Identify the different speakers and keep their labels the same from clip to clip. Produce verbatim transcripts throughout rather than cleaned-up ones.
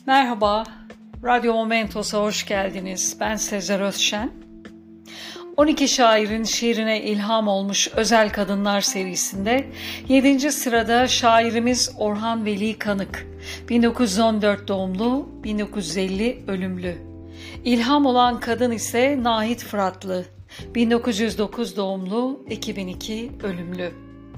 Speaker 1: Merhaba, Radyo Momentos'a hoş geldiniz. Ben Sezer Özşen. on iki şairin şiirine ilham olmuş Özel Kadınlar serisinde yedinci sırada şairimiz Orhan Veli Kanık. bin dokuz yüz on dört doğumlu, bin dokuz yüz elli ölümlü. İlham olan kadın ise Nahit Fıratlı. bin dokuz yüz dokuz doğumlu, iki bin iki ölümlü.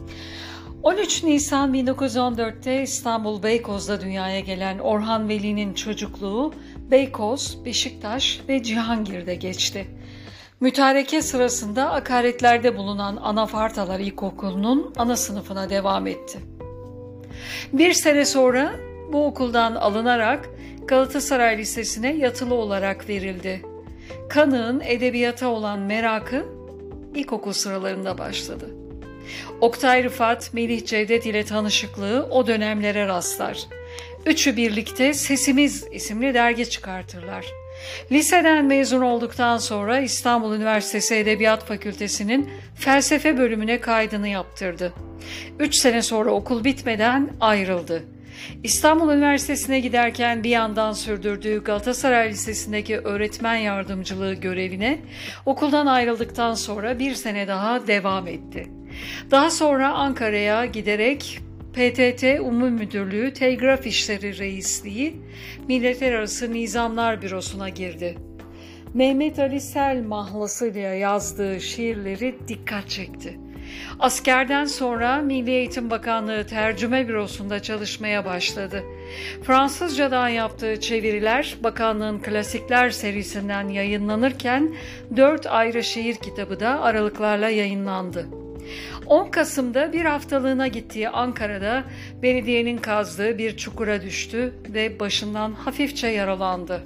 Speaker 1: on üç Nisan bin dokuz yüz on dörtte İstanbul Beykoz'da dünyaya gelen Orhan Veli'nin çocukluğu Beykoz, Beşiktaş ve Cihangir'de geçti. Mütareke sırasında akaretlerde bulunan Anafartalar İlkokulu'nun ana sınıfına devam etti. Bir sene sonra bu okuldan alınarak Galatasaray Lisesi'ne yatılı olarak verildi. Kanık'ın edebiyata olan merakı ilkokul sıralarında başladı. Oktay Rıfat, Melih Cevdet ile tanışıklığı o dönemlere rastlar. Üçü birlikte Sesimiz isimli dergi çıkartırlar. Liseden mezun olduktan sonra İstanbul Üniversitesi Edebiyat Fakültesi'nin felsefe bölümüne kaydını yaptırdı. Üç sene sonra okul bitmeden ayrıldı. İstanbul Üniversitesi'ne giderken bir yandan sürdürdüğü Galatasaray Lisesi'ndeki öğretmen yardımcılığı görevine okuldan ayrıldıktan sonra bir sene daha devam etti. Daha sonra Ankara'ya giderek P T T Umum Müdürlüğü Telgraf İşleri Reisliği Milletlerarası Nizamlar Bürosu'na girdi. Mehmet Ali Sel mahlasıyla yazdığı şiirleri dikkat çekti. Askerden sonra Milli Eğitim Bakanlığı Tercüme Bürosu'nda çalışmaya başladı. Fransızcadan yaptığı çeviriler bakanlığın klasikler serisinden yayınlanırken dört ayrı şiir kitabı da aralıklarla yayınlandı. on Kasım'da bir haftalığına gittiği Ankara'da belediyenin kazdığı bir çukura düştü ve başından hafifçe yaralandı.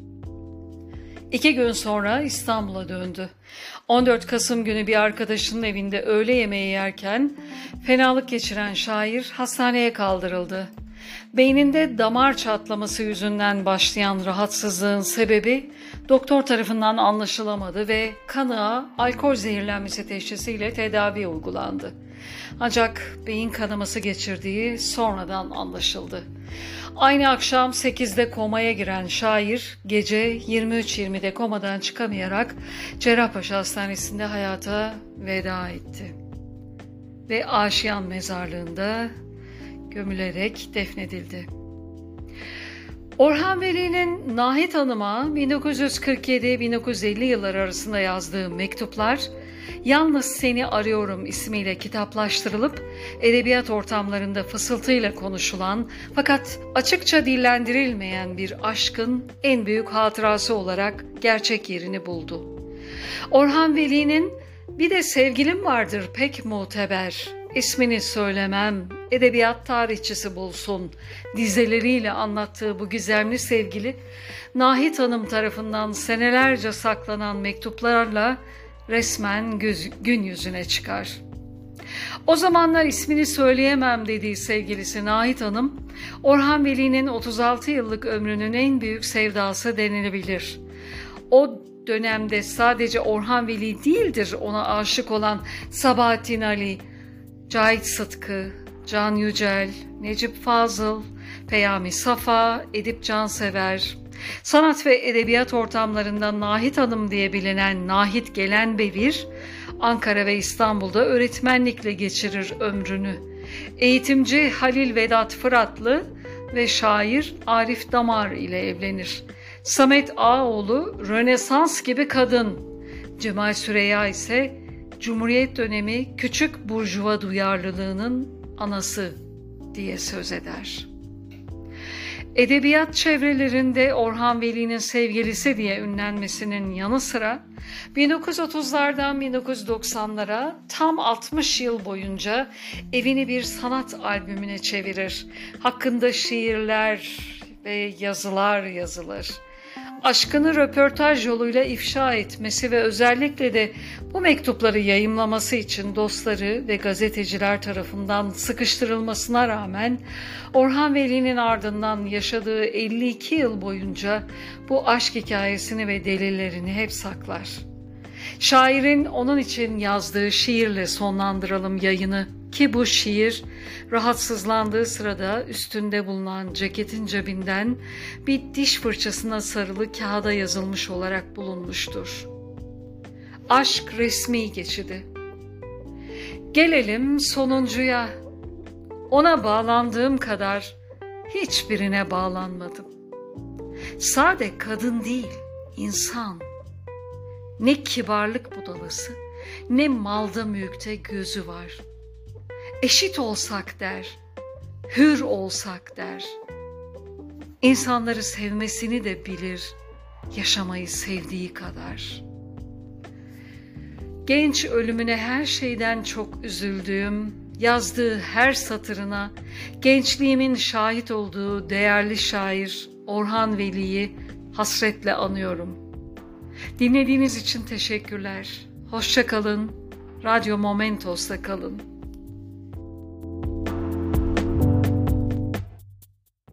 Speaker 1: İki gün sonra İstanbul'a döndü. on dört Kasım günü bir arkadaşının evinde öğle yemeği yerken fenalık geçiren şair hastaneye kaldırıldı. Beyninde damar çatlaması yüzünden başlayan rahatsızlığın sebebi doktor tarafından anlaşılamadı ve kanığa alkol zehirlenmesi teşhisiyle tedavi uygulandı. Ancak beyin kanaması geçirdiği sonradan anlaşıldı. Aynı akşam sekizde komaya giren şair gece yirmi üç yirmide komadan çıkamayarak Cerrahpaşa Hastanesi'nde hayata veda etti. Ve Aşiyan Mezarlığı'nda gömülerek defnedildi. Orhan Veli'nin Nahit Hanım'a bin dokuz yüz kırk yedi bin dokuz yüz elli yılları arasında yazdığı mektuplar Yalnız Seni Arıyorum ismiyle kitaplaştırılıp edebiyat ortamlarında fısıltıyla konuşulan fakat açıkça dillendirilmeyen bir aşkın en büyük hatırası olarak gerçek yerini buldu. Orhan Veli'nin "Bir de sevgilim vardır pek muteber, ismini söylemem, edebiyat tarihçisi bulsun" dizeleriyle anlattığı bu gizemli sevgili, Nahit Hanım tarafından senelerce saklanan mektuplarla resmen göz, gün yüzüne çıkar. O zamanlar ismini söyleyemem dediği sevgilisi Nahit Hanım, Orhan Veli'nin otuz altı yıllık ömrünün en büyük sevdası denilebilir. O dönemde sadece Orhan Veli değildir ona aşık olan Sabahattin Ali, Cahit Sıtkı, Can Yücel, Necip Fazıl, Peyami Safa, Edip Cansever. Sanat ve edebiyat ortamlarında Nahit Hanım diye bilinen Nahit Gelenbevir, Ankara ve İstanbul'da öğretmenlikle geçirir ömrünü. Eğitimci Halil Vedat Fıratlı ve şair Arif Damar ile evlenir. Samet Ağaoğlu Rönesans gibi kadın, Cemal Süreya ise Cumhuriyet dönemi küçük burjuva duyarlılığının anası diye söz eder. Edebiyat çevrelerinde Orhan Veli'nin sevgilisi diye ünlenmesinin yanı sıra bin dokuz yüz otuzlardan bin dokuz yüz doksanlara tam altmış yıl boyunca evini bir sanat albümüne çevirir. Hakkında şiirler ve yazılar yazılır. Aşkını röportaj yoluyla ifşa etmesi ve özellikle de bu mektupları yayımlaması için dostları ve gazeteciler tarafından sıkıştırılmasına rağmen Orhan Veli'nin ardından yaşadığı elli iki yıl boyunca bu aşk hikayesini ve delillerini hep saklar. Şairin onun için yazdığı şiirle sonlandıralım yayını ki bu şiir rahatsızlandığı sırada üstünde bulunan ceketin cebinden bir diş fırçasına sarılı kağıda yazılmış olarak bulunmuştur. Aşk resmi geçidi. Gelelim sonuncuya. Ona bağlandığım kadar hiçbirine bağlanmadım. Sade kadın değil, insan. Ne kibarlık budalası, ne malda mülkte gözü var. Eşit olsak der, hür olsak der. İnsanları sevmesini de bilir, yaşamayı sevdiği kadar. Genç ölümüne her şeyden çok üzüldüğüm, yazdığı her satırına, gençliğimin şahit olduğu değerli şair Orhan Veli'yi hasretle anıyorum. Dinlediğiniz için teşekkürler. Hoşça kalın. Radyo Momentos'ta kalın.